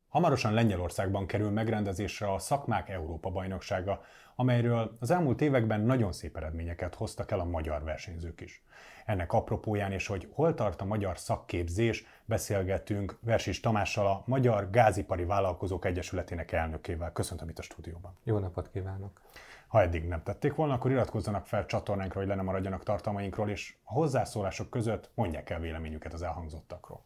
Hamarosan Lengyelországban kerül megrendezésre a Szakmák Európa-bajnoksága, amelyről az elmúlt években nagyon szép eredményeket hoztak el a magyar versenyzők is. Ennek apropóján és hogy hol tart a magyar szakképzés, beszélgetünk Versis Tamással, a Magyar Gázipari Vállalkozók Egyesületének elnökével. Köszöntöm itt a stúdióban. Jó napot kívánok! Ha eddig nem tették volna, akkor iratkozzanak fel csatornánkra, hogy le ne maradjanak tartalmainkról, és a hozzászólások között mondják el véleményüket az elhangzottakról.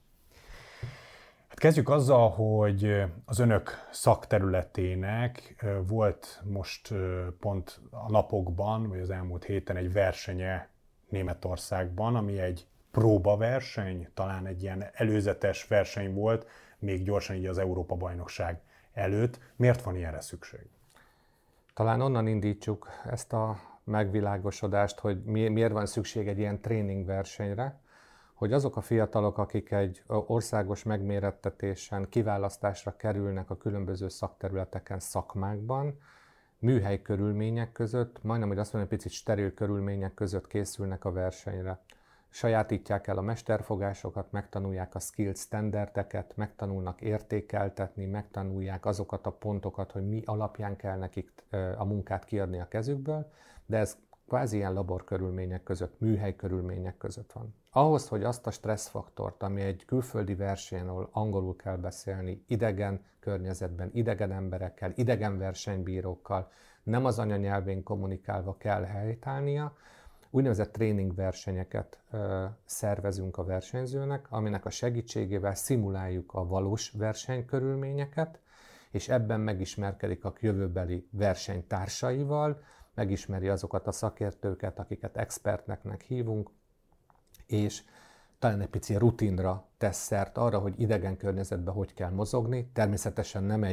Hát kezdjük azzal, hogy az önök szakterületének volt most pont a napokban, vagy az elmúlt héten egy versenye Németországban, ami egy próbaverseny, talán egy ilyen előzetes verseny volt, még gyorsan így az Európa-bajnokság előtt. Miért van ilyenre szükség? Talán onnan indítsuk ezt a megvilágosodást, hogy miért van szükség egy ilyen tréningversenyre, hogy azok a fiatalok, akik egy országos megmérettetésen kiválasztásra kerülnek a különböző szakterületeken, szakmákban, műhely körülmények között, majdnem, hogy azt mondom, hogy picit steril körülmények között készülnek a versenyre. Sajátítják el a mesterfogásokat, megtanulják a skill standardeket, megtanulnak értékeltetni, megtanulják azokat a pontokat, hogy mi alapján kell nekik a munkát kiadni a kezükből, de ez kvázi ilyen laborkörülmények között, műhely körülmények között van. Ahhoz, hogy azt a stresszfaktort, ami egy külföldi versenyen, ahol angolul kell beszélni, idegen környezetben, idegen emberekkel, idegen versenybírókkal, nem az anyanyelvén kommunikálva kell helytállnia, úgynevezett tréningversenyeket szervezünk a versenyzőnek, aminek a segítségével szimuláljuk a valós versenykörülményeket, és ebben megismerkedik a jövőbeli versenytársaival, megismeri azokat a szakértőket, akiket expertnek hívunk, és talán egy pici rutinra tesz szert arra, hogy idegen környezetben hogy kell mozogni. Természetesen nem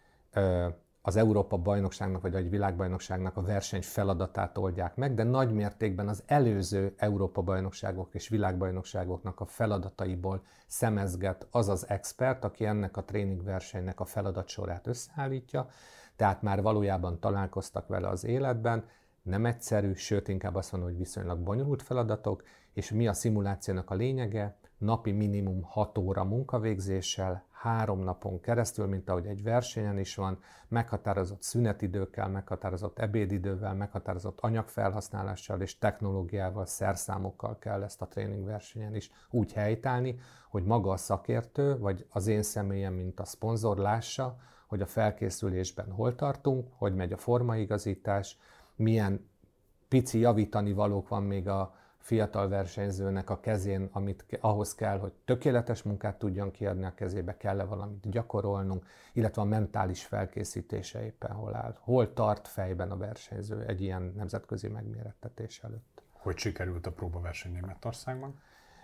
az Európa-bajnokságnak vagy egy világbajnokságnak a verseny feladatát oldják meg, de nagy mértékben az előző Európa-bajnokságok és világbajnokságoknak a feladataiból szemezget az az expert, aki ennek a tréningversenynek a feladatsorát összeállítja, tehát már valójában találkoztak vele az életben, nem egyszerű, sőt inkább azt mondom, hogy viszonylag bonyolult feladatok, és mi a szimulációnak a lényege? Napi minimum 6 óra munkavégzéssel, 3 napon keresztül, mint ahogy egy versenyen is van, meghatározott szünetidőkkel, meghatározott ebédidővel, meghatározott anyagfelhasználással és technológiával, szerszámokkal kell ezt a tréningversenyen is úgy helytállni, hogy maga a szakértő, vagy az én személyem, mint a szponzor lássa, hogy a felkészülésben hol tartunk, hogy megy a formaigazítás, milyen pici javítani valók van még a fiatal versenyzőnek a kezén, amit ahhoz kell, hogy tökéletes munkát tudjon kiadni a kezébe, kell-e valamit gyakorolnunk, illetve a mentális felkészítése éppen hol áll. Hol tart fejben a versenyző egy ilyen nemzetközi megmérettetés előtt. Hogy sikerült a próbaverseny Németországban?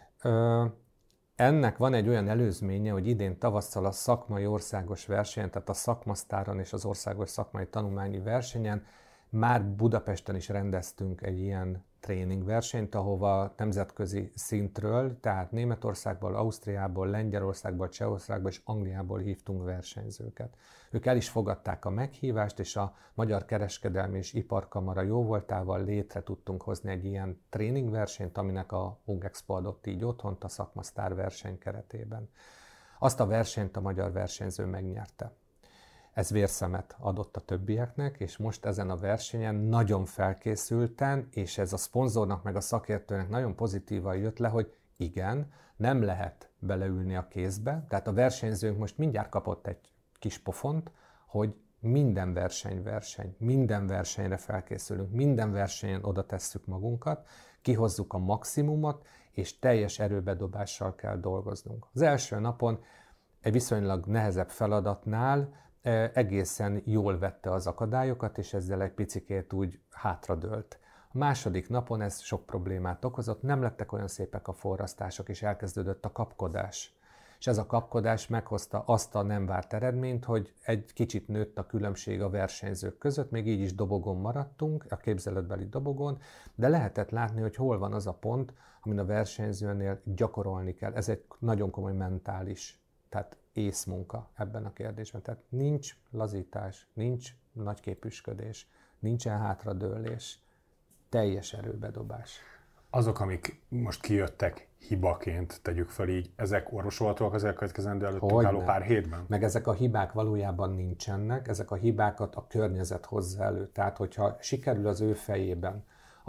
Ennek van egy olyan előzménye, hogy idén tavasszal a szakmai országos versenyen, tehát a szakmasztáron és az országos szakmai tanulmányi versenyen már Budapesten is rendeztünk egy ilyen tréningversenyt, ahova nemzetközi szintről, tehát Németországból, Ausztriából, Lengyelországból, Csehországból és Angliából hívtunk versenyzőket. Ők el is fogadták a meghívást, és a Magyar Kereskedelmi és Iparkamara jóvoltával létre tudtunk hozni egy ilyen tréningversenyt, aminek a Hungexpo adott így otthont a szakmasztár verseny keretében. Azt a versenyt a magyar versenyző megnyerte. Ez vérszemet adott a többieknek, és most ezen a versenyen nagyon felkészülten, és ez a szponzornak meg a szakértőnek nagyon pozitívan jött le, hogy igen, nem lehet beleülni a kézbe, tehát a versenyzőnk most mindjárt kapott egy kis pofont, hogy minden minden versenyre felkészülünk, minden versenyen oda tesszük magunkat, kihozzuk a maximumot, és teljes erőbedobással kell dolgoznunk. Az első napon egy viszonylag nehezebb feladatnál egészen jól vette az akadályokat, és ezzel egy picikét úgy hátradőlt. A második napon ez sok problémát okozott, nem lettek olyan szépek a forrasztások, és elkezdődött a kapkodás. És ez a kapkodás meghozta azt a nem várt eredményt, hogy egy kicsit nőtt a különbség a versenyzők között, még így is dobogon maradtunk, a képzeletbeli dobogon, de lehetett látni, hogy hol van az a pont, amin a versenyzőnél gyakorolni kell. Ez egy nagyon komoly mentális, tehát észmunka ebben a kérdésben. Tehát nincs lazítás, nincs nagyképűsködés, nincsen hátradőlés, teljes erőbedobás. Azok, amik most kijöttek hibaként, tegyük fel így, ezek orvosolhatóak az elkövetkezendő előttünk álló pár hétben? Meg ezek a hibák valójában nincsenek, ezek a hibákat a környezet hozza elő. Tehát, hogyha sikerül az ő fejében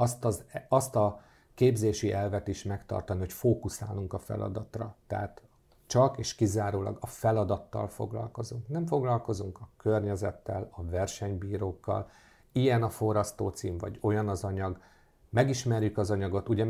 azt a képzési elvet is megtartani, hogy fókuszálunk a feladatra. Tehát csak és kizárólag a feladattal foglalkozunk. Nem foglalkozunk a környezettel, a versenybírókkal, ilyen a forrasztócím, vagy olyan az anyag, megismerjük az anyagot, ugye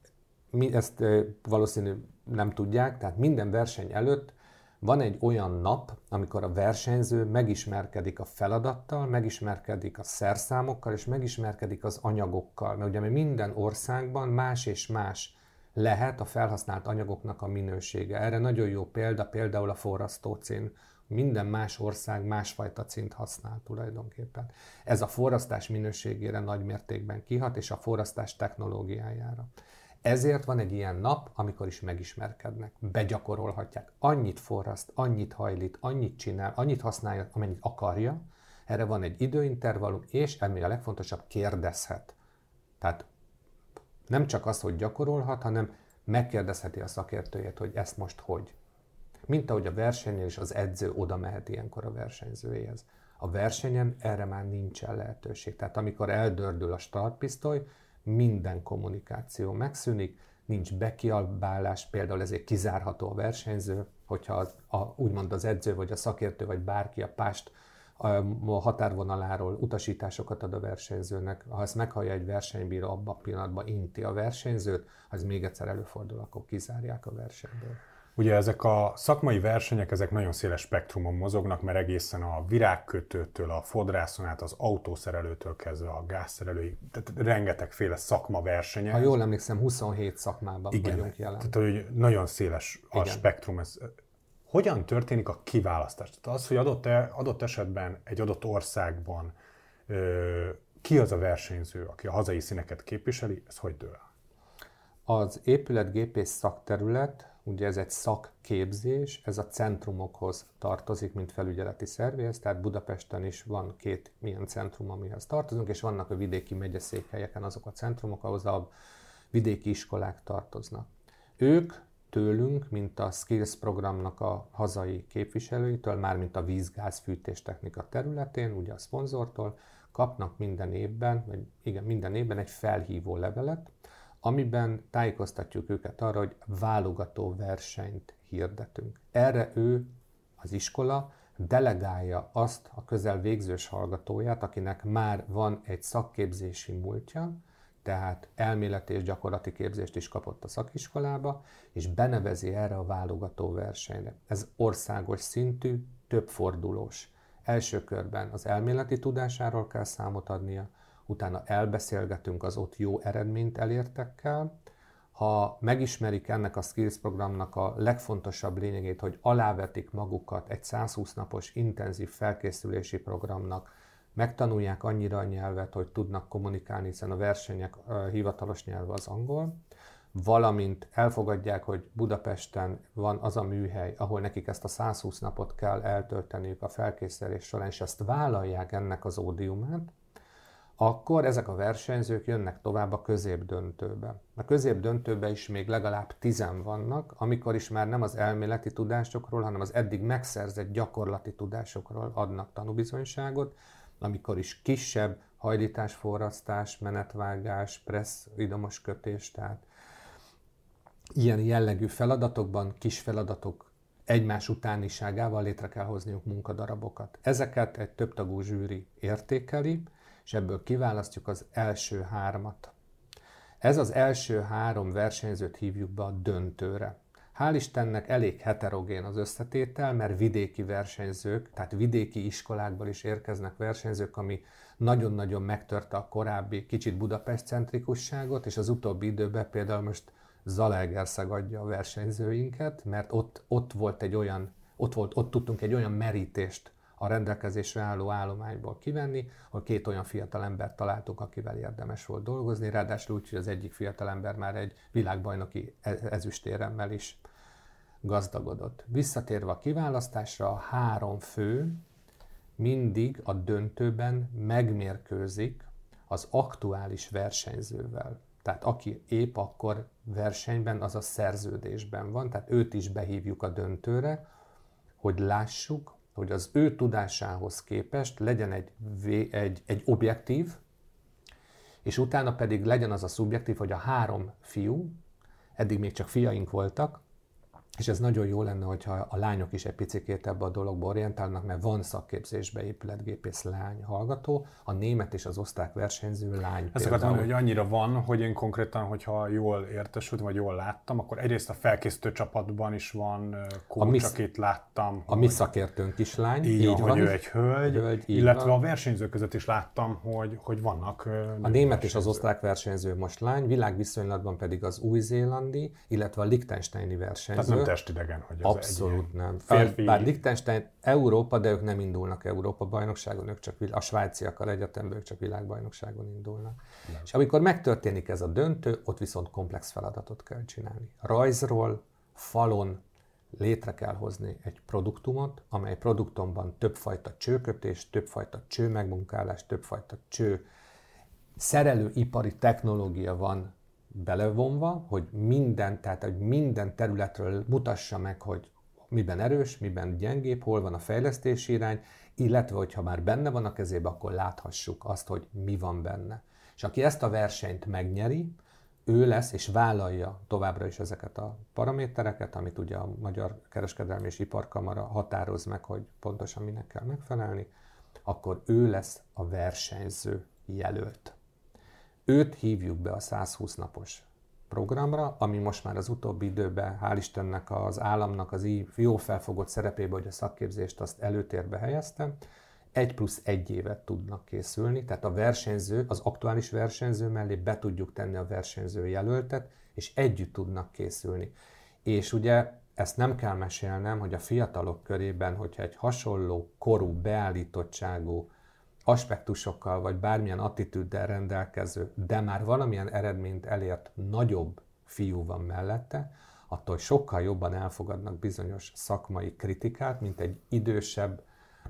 mi ezt valószínű nem tudják, tehát minden verseny előtt van egy olyan nap, amikor a versenyző megismerkedik a feladattal, megismerkedik a szerszámokkal, és megismerkedik az anyagokkal. Mert ugye minden országban más és más lehet a felhasznált anyagoknak a minősége. Erre nagyon jó példa például a forrasztócén. Minden más ország másfajta cint használ tulajdonképpen. Ez a forrasztás minőségére nagy mértékben kihat, és a forrasztás technológiájára. Ezért van egy ilyen nap, amikor is megismerkednek, begyakorolhatják. Annyit forraszt, annyit hajlít, annyit csinál, annyit használja, amennyit akarja. Erre van egy időintervallum, és ami a legfontosabb, kérdezhet. Tehát nem csak az, hogy gyakorolhat, hanem megkérdezheti a szakértőjét, hogy ezt most hogy. Mint ahogy a versenyen is az edző oda mehet ilyenkor a versenyzőjéhez. A versenyen erre már nincsen lehetőség. Tehát amikor eldördül a startpisztoly, minden kommunikáció megszűnik, nincs bekiabálás, például ezért kizárható a versenyző, hogyha úgymond az edző, vagy a szakértő, vagy bárki a pást a határvonaláról utasításokat ad a versenyzőnek. Ha ezt meghallja egy versenybíró, abban a pillanatban inti a versenyzőt, ha ez még egyszer előfordul, akkor kizárják a versenyből. Ugye ezek a szakmai versenyek, ezek nagyon széles spektrumon mozognak, mert egészen a virágkötőtől, a fodrászon át, az autószerelőtől kezdve a gázszerelőig, tehát rengetegféle szakma versenye. Ha jól emlékszem, 27 szakmában vagyunk jelen. Tehát hogy nagyon széles a spektrum. Ez. Hogyan történik a kiválasztás? Tehát az, hogy adott esetben egy adott országban ki az a versenyző, aki a hazai színeket képviseli, ez hogy dől? Az épületgépész szakterület, ugye ez egy szakképzés, ez a centrumokhoz tartozik, mint felügyeleti szervéhez, tehát Budapesten is van 2 ilyen centrum, amihez tartozunk, és vannak a vidéki megyeszékhelyeken azok a centrumok, ahhoz a vidéki iskolák tartoznak. Ők tőlünk, mint a Skills programnak a hazai képviselőitől, mármint a víz-gáz-fűtéstechnika területén, ugye a szponzortól, kapnak minden évben egy felhívó levelet, amiben tájékoztatjuk őket arra, hogy válogató versenyt hirdetünk. Erre ő, az iskola, delegálja azt a közel végzős hallgatóját, akinek már van egy szakképzési múltja, tehát elméleti és gyakorlati képzést is kapott a szakiskolába, és benevezi erre a válogató versenyre. Ez országos szintű, többfordulós. Első körben az elméleti tudásáról kell számot adnia, utána elbeszélgetünk az ott jó eredményt elértekkel. Ha megismerik ennek a Skills programnak a legfontosabb lényegét, hogy alávetik magukat egy 120 napos intenzív felkészülési programnak, megtanulják annyira a nyelvet, hogy tudnak kommunikálni, hiszen a versenyek hivatalos nyelve az angol, valamint elfogadják, hogy Budapesten van az a műhely, ahol nekik ezt a 120 napot kell eltölteniük a felkészülés során, és ezt vállalják ennek az ódiumát, akkor ezek a versenyzők jönnek tovább a középdöntőbe. A középdöntőbe is még legalább 10 vannak, amikor is már nem az elméleti tudásokról, hanem az eddig megszerzett gyakorlati tudásokról adnak tanúbizonyságot, amikor is kisebb hajlításforrasztás, menetvágás, pressz, idomos kötés, tehát ilyen jellegű feladatokban, kis feladatok egymás utániságával létre kell hozniuk munkadarabokat. Ezeket egy többtagú zsűri értékeli, és ebből kiválasztjuk az első 3-at. Ez az első 3 versenyzőt hívjuk be a döntőre. Hál' Istennek elég heterogén az összetétel, mert vidéki versenyzők, tehát vidéki iskolákból is érkeznek versenyzők, ami nagyon-nagyon megtörte a korábbi kicsit Budapest-centrikusságot, és az utóbbi időben például most Zalaegerszeg adja a versenyzőinket, mert ott tudtunk egy olyan merítést a rendelkezésre álló állományból kivenni, ahol 2 olyan fiatal embert találtunk, akivel érdemes volt dolgozni, ráadásul úgy, hogy az egyik fiatal ember már egy világbajnoki ezüstéremmel is gazdagodott. Visszatérve a kiválasztásra, a 3 fő mindig a döntőben megmérkőzik az aktuális versenyzővel. Tehát aki épp akkor versenyben, azaz szerződésben van, tehát őt is behívjuk a döntőre, hogy lássuk, hogy az ő tudásához képest legyen egy objektív, és utána pedig legyen az a szubjektív, hogy a 3 fiú, eddig még csak fiaink voltak, és ez nagyon jó lenne, hogyha a lányok is egy picikét ebbe a dologba orientálnak, mert van szakképzésbe épületgépész lány hallgató, a német és az osztrák versenyző lány. Ezt akartam mondani, hogy annyira van, hogy én konkrétan, hogyha jól értesültem, vagy jól láttam, akkor egyrészt a felkészítő csapatban is van coach, akit láttam. A mi szakértőnk is lány. Így van, hogy ő egy hölgy illetve a versenyzők között is láttam, hogy vannak. A német és az osztrák versenyző most lány, világviszonylatban pedig az új-zélandi, illetve a liechtensteini versenyző. Tehát nem testidegen, hogy ez abszolút nem. Férfi... Bár Liechtenstein Európa, de ők nem indulnak Európa-bajnokságon, ők csak a svájciakkal egyetemben, ők csak világbajnokságon indulnak. Nem. És amikor megtörténik ez a döntő, ott viszont komplex feladatot kell csinálni. Rajzról, falon létre kell hozni egy produktumot, amely produktumban többfajta csőkötés, többfajta csőmegmunkálás, többfajta cső szerelőipari technológia van belevonva, hogy minden területről mutassa meg, hogy miben erős, miben gyengébb, hol van a fejlesztési irány, illetve hogyha már benne van a kezébe, akkor láthassuk azt, hogy mi van benne. És aki ezt a versenyt megnyeri, ő lesz és vállalja továbbra is ezeket a paramétereket, amit ugye a Magyar Kereskedelmi és Iparkamara határoz meg, hogy pontosan minek kell megfelelni, akkor ő lesz a versenyző jelölt. Őt hívjuk be a 120 napos programra, ami most már az utóbbi időben, hál' Istennek az államnak az jó felfogott szerepébe, hogy a szakképzést azt előtérbe helyezte, 1+1 évet tudnak készülni, tehát a versenyző, az aktuális versenyző mellé be tudjuk tenni a versenyző jelöltet, és együtt tudnak készülni. És ugye ezt nem kell mesélnem, hogy a fiatalok körében, hogyha egy hasonló korú, beállítottságú, aspektusokkal vagy bármilyen attitűddel rendelkező, de már valamilyen eredményt elért nagyobb fiú van mellette, attól sokkal jobban elfogadnak bizonyos szakmai kritikát, mint egy idősebb,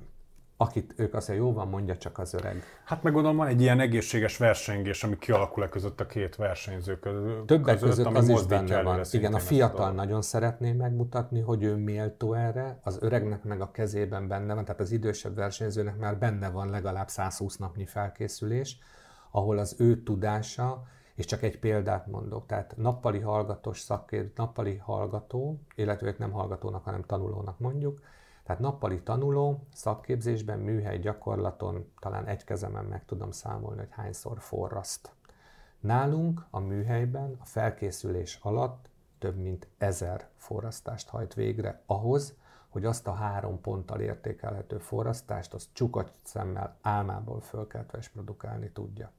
akit ők azt mondja, jó van, mondja csak az öreg. Hát meg gondolom, van egy ilyen egészséges versengés, ami kialakul között a két versenyző között. Többek között az is benne van. Igen, a fiatal nagyon szeretné megmutatni, hogy ő méltó erre, az öregnek meg a kezében benne van, tehát az idősebb versenyzőnek már benne van legalább 120 napnyi felkészülés, ahol az ő tudása, és csak egy példát mondok, tehát nappali hallgató, illetve ők nem hallgatónak, hanem tanulónak mondjuk, tehát nappali tanuló, szakképzésben, műhely gyakorlaton talán egy kezemen meg tudom számolni, hogy hányszor forraszt. Nálunk a műhelyben a felkészülés alatt több mint 1000 forrasztást hajt végre ahhoz, hogy azt a 3 ponttal értékelhető forrasztást, azt csukott szemmel álmából fölkeltve és produkálni tudja.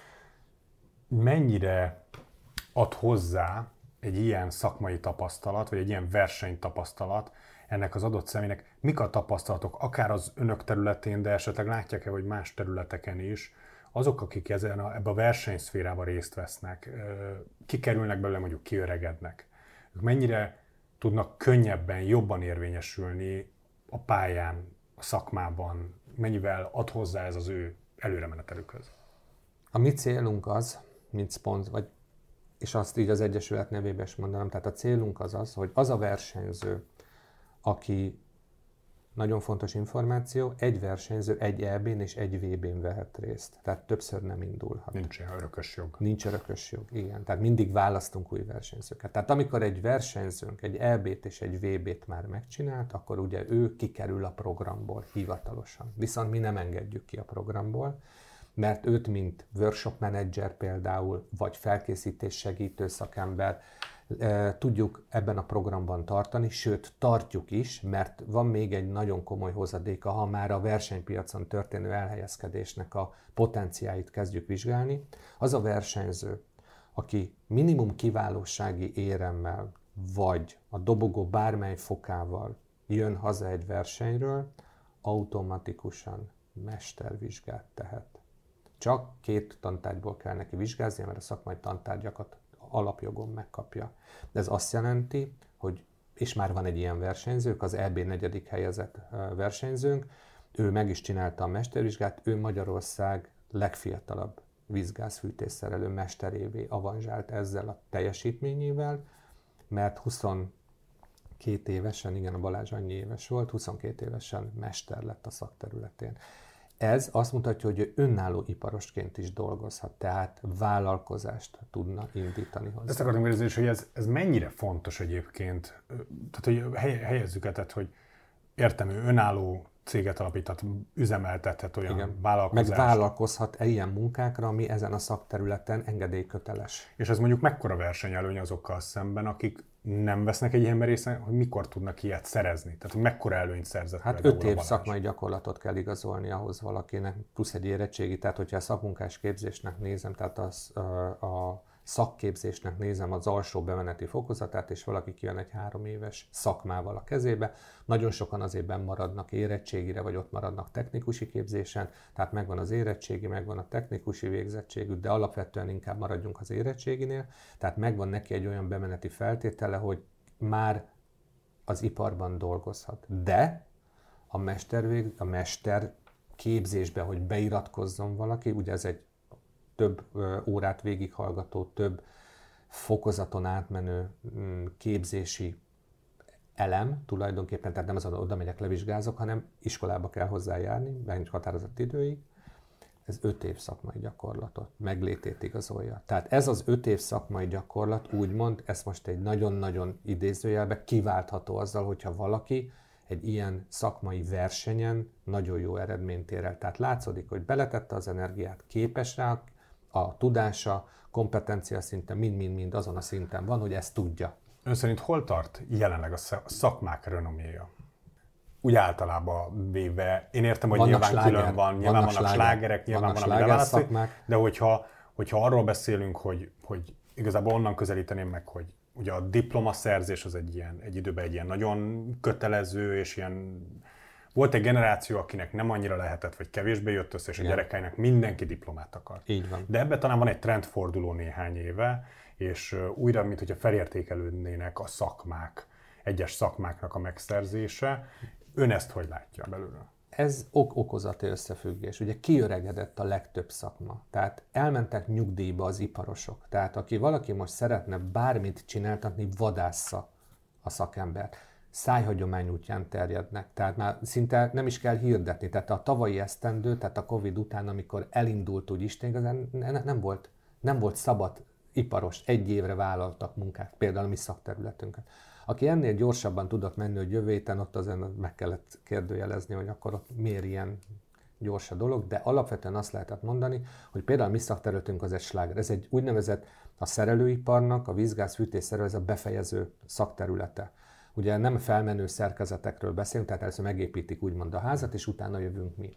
Mennyire ad hozzá egy ilyen szakmai tapasztalat, vagy egy ilyen versenytapasztalat ennek az adott személynek? Mik a tapasztalatok, akár az önök területén, de esetleg látják-e, hogy más területeken is, azok, akik ebbe a versenyszférában részt vesznek, kikerülnek belőle, mondjuk kiöregednek, ők mennyire tudnak könnyebben, jobban érvényesülni a pályán, a szakmában, mennyivel ad hozzá ez az ő előremenetelükhöz? A mi célunk az, mint szponzor, és azt így az Egyesület nevében is mondanám, tehát a célunk az az, hogy az a versenyző, aki, nagyon fontos információ, egy versenyző egy EB-n és egy VB-n vehet részt. Tehát többször nem indulhat. Nincs ilyen örökös jog. Nincs örökös jog, igen. Tehát mindig választunk új versenyzőket. Tehát amikor egy versenyzőnk egy EB-t és egy VB-t már megcsinált, akkor ugye ő kikerül a programból hivatalosan. Viszont mi nem engedjük ki a programból, mert őt, mint workshop manager például, vagy felkészítés segítő szakember, tudjuk ebben a programban tartani, sőt tartjuk is, mert van még egy nagyon komoly hozadéka, ha már a versenypiacon történő elhelyezkedésnek a potenciáit kezdjük vizsgálni. Az a versenyző, aki minimum kiválósági éremmel, vagy a dobogó bármely fokával jön haza egy versenyről, automatikusan mestervizsgát tehet. Csak 2 tantárgyból kell neki vizsgázni, mert a szakmai tantárgyakat alapjogon megkapja. De ez azt jelenti, hogy, és már van egy ilyen versenyzők, az EB 4. helyezett versenyzőnk, ő meg is csinálta a mestervizsgát, ő Magyarország legfiatalabb vízgázfűtésszerelő mesterévé avanzsált ezzel a teljesítményével, mert 22 évesen, igen, a Balázs annyi éves volt, 22 évesen mester lett a szakterületén. Ez azt mutatja, hogy ő önálló iparosként is dolgozhat, tehát vállalkozást tudna indítani hozzá. Ezt akartam kérdezni, hogy ez mennyire fontos egyébként, tehát hogy helyezzük tehát, hogy értem, ő önálló céget alapíthat, üzemeltethet olyan vállalkozást. Meg vállalkozhat ilyen munkákra, ami ezen a szakterületen engedélyköteles. És ez mondjuk mekkora versenyelőny azokkal szemben, akik nem vesznek egy ilyen részen, hogy mikor tudnak ilyet szerezni? Tehát mekkora előnyt szerzett? Hát 5 év szakmai gyakorlatot kell igazolni ahhoz valakinek, plusz egy érettségi, tehát hogyha a szakmunkás képzésnek nézem, tehát a szakképzésnek nézem az alsó bemeneti fokozatát, és valaki kijön egy 3 éves szakmával a kezébe. Nagyon sokan azért benn maradnak érettségire, vagy ott maradnak technikusi képzésen, tehát megvan az érettségi, megvan a technikusi végzettségük, de alapvetően inkább maradjunk az érettséginél, tehát megvan neki egy olyan bemeneti feltétele, hogy már az iparban dolgozhat. De a mester képzésbe, hogy beiratkozzon valaki, ugye ez egy több órát végighallgató, több fokozaton átmenő képzési elem tulajdonképpen, tehát nem az, oda megyek, levizsgázok, hanem iskolába kell hozzájárni, egy határozott időig. Ez 5 év szakmai gyakorlatot, meglétét igazolja. Tehát ez az 5 év szakmai gyakorlat, úgymond, ez most egy nagyon-nagyon idézőjelbe kiváltható azzal, hogyha valaki egy ilyen szakmai versenyen nagyon jó eredményt ér el. Tehát látszódik, hogy beletette az energiát, képes rá, a tudása, kompetencia szinten mind azon a szinten van, hogy ezt tudja. Ön szerint hol tart jelenleg a szakmák renoméja? Úgy általában véve, én értem, hogy vannak nyilván külön van, nyilván vannak slágerek, nyilván vannak leválasztók, de hogyha arról beszélünk, hogy igazából onnan közelíteném meg, hogy ugye a diplomaszerzés az egy időben egy ilyen nagyon kötelező, és ilyen volt egy generáció, akinek nem annyira lehetett, vagy kevésbé jött össze, és a gyerekeinek mindenki diplomát akar. Így van. De ebben talán van egy trendforduló néhány éve, és újra, mint hogyha felértékelődnének a szakmák, egyes szakmáknak a megszerzése. Ön ezt hogy látja belőle? Ez okozati összefüggés. Ugye kiöregedett a legtöbb szakma. Tehát elmentek nyugdíjba az iparosok. Tehát valaki most szeretne bármit csináltatni, vadásza a szakembert. Szájhagyomány útján terjednek. Tehát már szinte nem is kell hirdetni. Tehát a tavalyi esztendő, tehát a Covid után, amikor elindult úgy Isten, igazán nem volt szabad iparos. 1 évre vállaltak munkát, például a mi szakterületünket. Aki ennél gyorsabban tudott menni, hogy jövő héten ott azért meg kellett kérdőjelezni, hogy akkor ott miért ilyen gyors a dolog, de alapvetően azt lehetett mondani, hogy például a mi szakterületünk az egy sláger. Ez egy úgynevezett a szerelőiparnak, a vízgázfűtés szerelő, ez a befejező szakterülete. Ugye nem felmenő szerkezetekről beszélünk, tehát először megépítik úgymond a házat, és utána jövünk mi.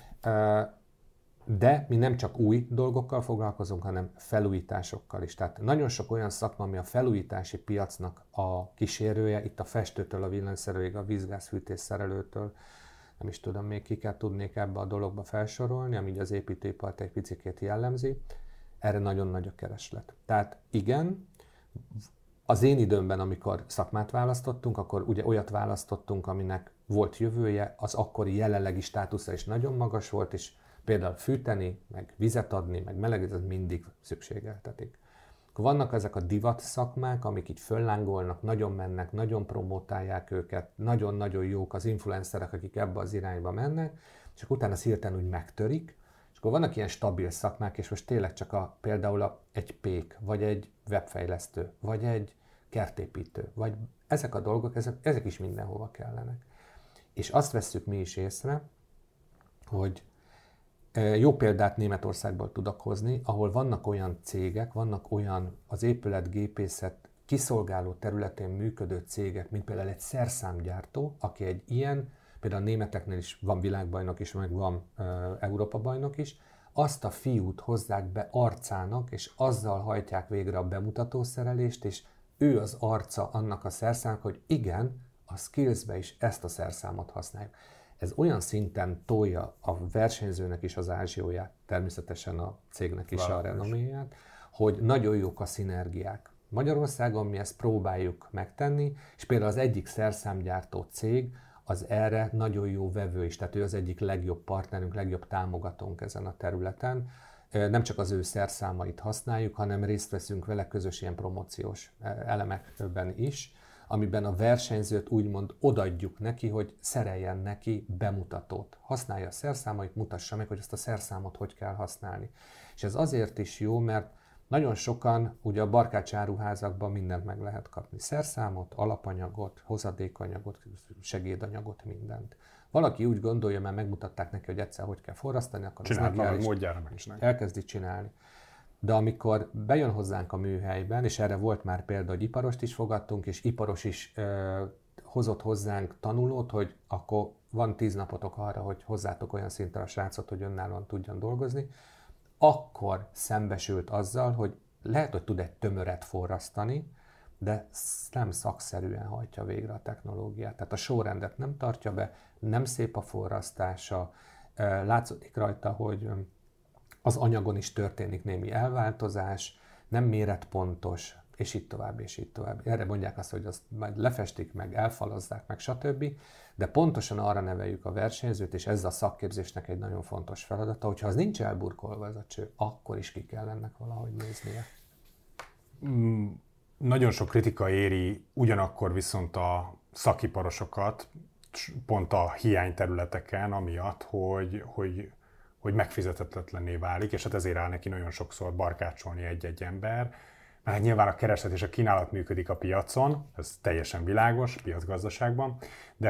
De mi nem csak új dolgokkal foglalkozunk, hanem felújításokkal is. Tehát nagyon sok olyan szakma, ami a felújítási piacnak a kísérője, itt a festőtől a villanyszerelőig, a vízgázfűtésszerelőtől, nem is tudom még kiket tudnék ebbe a dologba felsorolni, ami az építőipart egy picikét jellemzi. Erre nagyon nagy a kereslet. Tehát igen, az én időmben, amikor szakmát választottunk, akkor ugye olyat választottunk, aminek volt jövője, az akkori jelenlegi státusza is nagyon magas volt, és például fűteni, meg vizet adni, meg melegíteni, ez mindig szükségeltetik. Akkor vannak ezek a divat szakmák, amik így föllángolnak, nagyon mennek, nagyon promotálják őket, nagyon-nagyon jók az influencerek, akik ebbe az irányba mennek, és akkor utána hirtelen úgy megtörik, és akkor vannak ilyen stabil szakmák, és most tényleg csak például egy pék, vagy egy webfejlesztő, vagy egy kertépítő, vagy ezek a dolgok, ezek is mindenhova kellenek. És azt vesszük mi is észre, hogy jó példát Németországból tudok hozni, ahol vannak olyan cégek, vannak olyan az épületgépészet kiszolgáló területén működő cégek, mint például egy szerszámgyártó, aki egy ilyen, például a németeknél is van világbajnok is, meg van Európa-bajnok is, azt a fiút hozzák be arcának, és azzal hajtják végre a bemutatószerelést, és ő az arca annak a szerszámnak, hogy igen, a skillsbe is ezt a szerszámot használjuk. Ez olyan szinten tolja a versenyzőnek is az ázsióját, természetesen a cégnek is a renoméját, hogy nagyon jók a szinergiák. Magyarországon mi ezt próbáljuk megtenni, és például az egyik szerszámgyártó cég az erre nagyon jó vevő is, tehát ő az egyik legjobb partnerünk, legjobb támogatónk ezen a területen. nem csak az ő szerszámait használjuk, hanem részt veszünk vele közös ilyen promóciós elemekben is, amiben a versenyzőt úgymond odaadjuk neki, hogy szereljen neki bemutatót. Használja a szerszámait, mutassa meg, hogy ezt a szerszámot hogy kell használni. És ez azért is jó, mert nagyon sokan, ugye a Barkács áruházakban mindent meg lehet kapni. Szerszámot, alapanyagot, hozadékanyagot, segédanyagot, mindent. Valaki úgy gondolja, mert megmutatták neki, hogy egyszer hogy kell forrasztani, akkor elkezdi csinálni. De amikor bejön hozzánk a műhelyben, és erre volt már példa, hogy iparost is fogadtunk, és iparos is hozott hozzánk tanulót, hogy akkor van 10 napotok arra, hogy hozzátok olyan szintre a srácot, hogy önállóan tudjon dolgozni, akkor szembesült azzal, hogy lehet, hogy tud egy tömöret forrasztani, de nem szakszerűen hajtja végre a technológiát. Tehát a sorrendet nem tartja be, nem szép a forrasztása, látszik rajta, hogy az anyagon is történik némi elváltozás, nem méretpontos, és így tovább, és így tovább. Erre mondják azt, hogy azt majd lefestik meg, elfalazzák meg, stb. De pontosan arra neveljük a versenyzőt, és ez a szakképzésnek egy nagyon fontos feladata, hogyha az nincs elburkolva ez a cső, akkor is ki kell ennek valahogy néznie. Nagyon sok kritika éri ugyanakkor viszont a szakiparosokat, pont a hiányterületeken, amiatt, hogy megfizethetetlenné válik, és hát ezért áll neki nagyon sokszor barkácsolni egy-egy ember. Mert hát nyilván a kereslet és a kínálat működik a piacon, ez teljesen világos, piacgazdaságban, de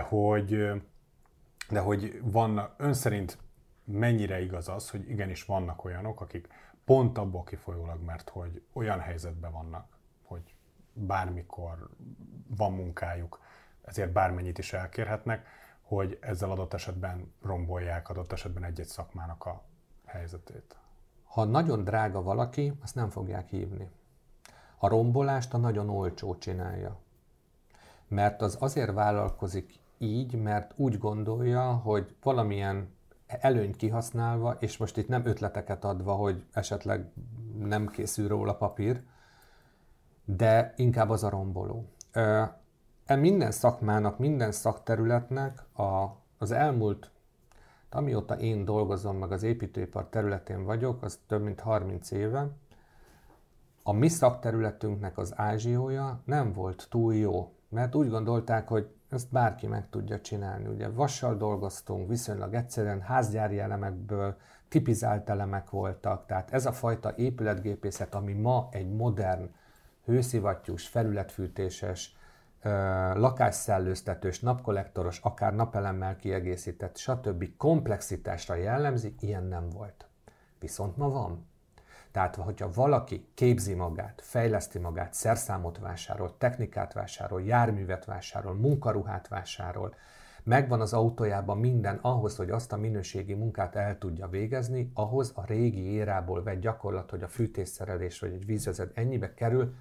hogy van, ön szerint mennyire igaz az, hogy igenis vannak olyanok, akik pont abból kifolyólag, mert hogy olyan helyzetben vannak, hogy bármikor van munkájuk, ezért bármennyit is elkérhetnek, hogy ezzel adott esetben rombolják adott esetben egy-egy szakmának a helyzetét. Ha nagyon drága valaki, azt nem fogják hívni. A rombolást a nagyon olcsó csinálja. Mert az azért vállalkozik így, mert úgy gondolja, hogy valamilyen előnyt kihasználva, és most itt nem ötleteket adva, hogy esetleg nem készül róla papír, de inkább az a romboló. Minden szakmának, minden szakterületnek az elmúlt, amióta én dolgozom, meg az építőipar területén vagyok, az több mint 30 éve, a mi szakterületünknek az ázsiója nem volt túl jó, mert úgy gondolták, hogy ezt bárki meg tudja csinálni. Ugye vassal dolgoztunk, viszonylag egyszerűen házgyári elemekből tipizált elemek voltak, tehát ez a fajta épületgépészet, ami ma egy modern, hőszivattyús, felületfűtéses, lakásszellőztetős, napkollektoros, akár napelemmel kiegészített, stb. Komplexitásra jellemzi, ilyen nem volt. Viszont ma van. Tehát, hogyha valaki képzi magát, fejleszti magát, szerszámot vásárol, technikát vásárol, járművet vásárol, munkaruhát vásárol, megvan az autójában minden ahhoz, hogy azt a minőségi munkát el tudja végezni, ahhoz a régi érából vett gyakorlat, hogy a fűtésszerelés vagy egy vízvezet ennyibe kerül,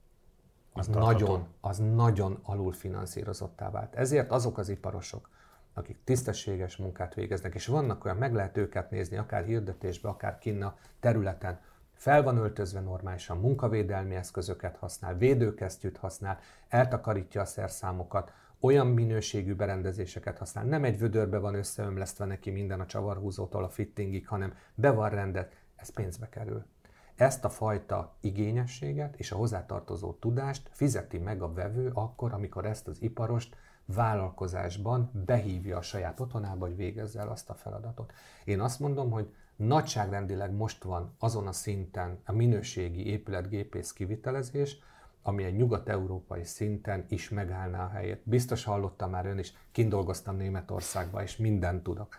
az nagyon alulfinanszírozottá vált. Ezért azok az iparosok, akik tisztességes munkát végeznek, és vannak olyan, meg lehet őket nézni, akár hirdetésben, akár kinn a területen, fel van öltözve normálisan, munkavédelmi eszközöket használ, védőkesztyűt használ, eltakarítja a szerszámokat, olyan minőségű berendezéseket használ, nem egy vödörbe van összeömlesztve neki minden a csavarhúzótól a fittingig, hanem be van rendet, ez pénzbe kerül. Ezt a fajta igényességet és a hozzátartozó tudást fizeti meg a vevő akkor, amikor ezt az iparost vállalkozásban behívja a saját otthonába, hogy végezze el azt a feladatot. Én azt mondom, hogy nagyságrendileg most van azon a szinten a minőségi épületgépész kivitelezés, ami egy nyugat-európai szinten is megállná a helyét. Biztos hallottam már ön is, kint dolgoztam Németországban, és mindent tudok.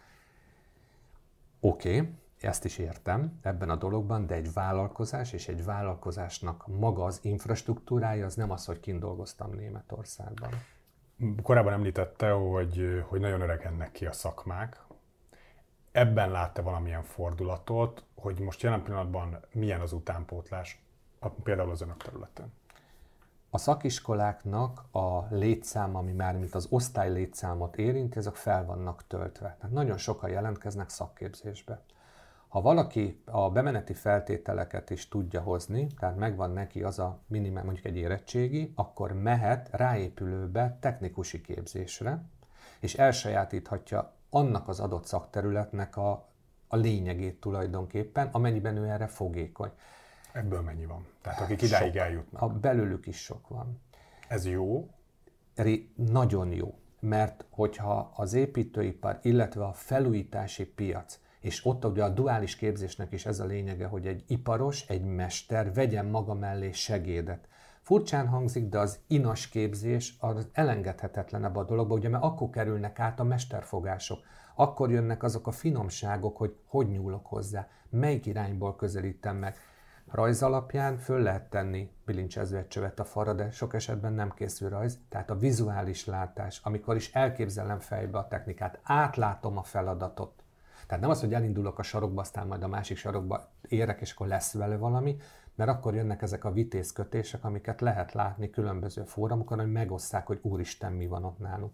Oké, ezt is értem ebben a dologban, de egy vállalkozás és egy vállalkozásnak maga az infrastruktúrája, az nem az, hogy kint dolgoztam Németországban. Korábban említette, hogy nagyon öregednek ki a szakmák. Ebben lát-e valamilyen fordulatot, hogy most jelen pillanatban milyen az utánpótlás, például az önök területen? A szakiskoláknak a létszáma, ami már mint az osztály létszámot érinti, ezek fel vannak töltve. Tehát nagyon sokan jelentkeznek szakképzésbe. Ha valaki a bemeneti feltételeket is tudja hozni, tehát megvan neki az a minimál, mondjuk egy érettségi, akkor mehet ráépülőbe technikusi képzésre, és elsajátíthatja annak az adott szakterületnek a lényegét tulajdonképpen, amennyiben ő erre fogékony. Ebből mennyi van? Tehát akik idáig eljutnak. Belőlük is sok van. Ez jó? Nagyon jó, mert hogyha az építőipar, illetve a felújítási piac, és ott ugye a duális képzésnek is ez a lényege, hogy egy iparos, egy mester vegyen maga mellé segédet. Furcsán hangzik, de az inas képzés az elengedhetetlenebb a dologba, ugye, mert akkor kerülnek át a mesterfogások, akkor jönnek azok a finomságok, hogy nyúlok hozzá, melyik irányból közelítem meg. Rajz alapján föl lehet tenni bilincsező egy csövet a falra, de sok esetben nem készül rajz, tehát a vizuális látás, amikor is elképzelem fejbe a technikát, átlátom a feladatot. Tehát nem az, hogy elindulok a sarokba, aztán majd a másik sarokba érek, és akkor lesz vele valami, mert akkor jönnek ezek a vitézkötések, amiket lehet látni különböző fórumokon, hogy megosszák, hogy úristen, mi van ott nálunk.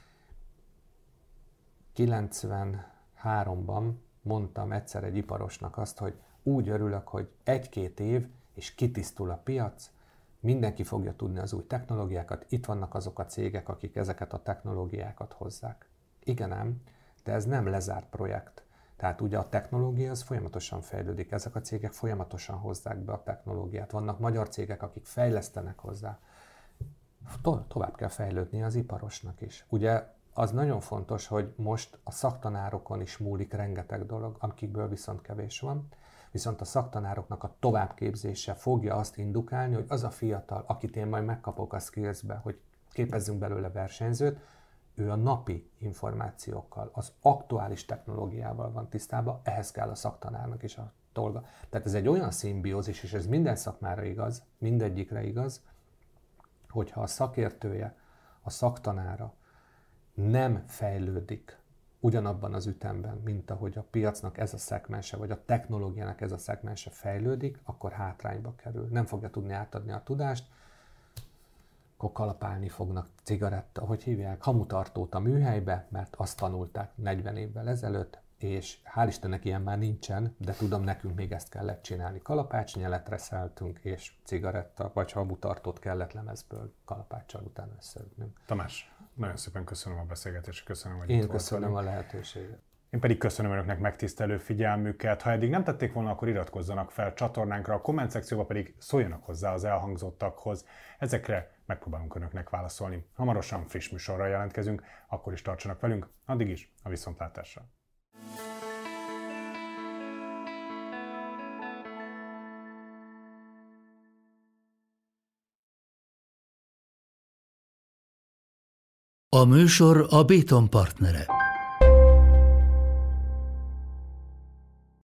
93-ban mondtam egyszer egy iparosnak azt, hogy úgy örülök, hogy 1-2 év, és kitisztul a piac, mindenki fogja tudni az új technológiákat, itt vannak azok a cégek, akik ezeket a technológiákat hozzák. Igen ám, de ez nem lezárt projekt. Tehát ugye a technológia az folyamatosan fejlődik, ezek a cégek folyamatosan hozzák be a technológiát. Vannak magyar cégek, akik fejlesztenek hozzá. Tovább kell fejlődni az iparosnak is. Ugye az nagyon fontos, hogy most a szaktanárokon is múlik rengeteg dolog, akikből viszont kevés van. Viszont a szaktanároknak a továbbképzése fogja azt indukálni, hogy az a fiatal, akit én majd megkapok a skillsbe, hogy képezzünk belőle versenyzőt, ő a napi információkkal, az aktuális technológiával van tisztában, ehhez kell a szaktanárnak is a dolga. Tehát ez egy olyan szimbiózis, és ez minden szakmára igaz, mindegyikre igaz, hogyha a szakértője, a szaktanára nem fejlődik ugyanabban az ütemben, mint ahogy a piacnak ez a szegmense, vagy a technológiának ez a szegmense fejlődik, akkor hátrányba kerül. Nem fogja tudni átadni a tudást, akkor kalapálni fognak cigaretta, hogy hívják, hamutartót a műhelybe, mert azt tanulták 40 évvel ezelőtt, és hál' Istennek ilyen már nincsen, de tudom, nekünk még ezt kellett csinálni. Kalapácsnyeletre szálltunk, és cigaretta, vagy hamutartót kellett lemezből kalapáccsal utána összeütnünk. Tamás, nagyon szépen köszönöm a beszélgetést, köszönöm, hogy Én köszönöm a lehetőséget. Én pedig köszönöm önöknek megtisztelő figyelmüket. Ha eddig nem tették volna, akkor iratkozzanak fel csatornánkra, a komment szekcióba pedig szóljanak hozzá az elhangzottakhoz. Ezekre megpróbálunk önöknek válaszolni. Hamarosan friss műsorral jelentkezünk, akkor is tartsanak velünk, addig is a viszontlátásra. A műsor a Béton partnere.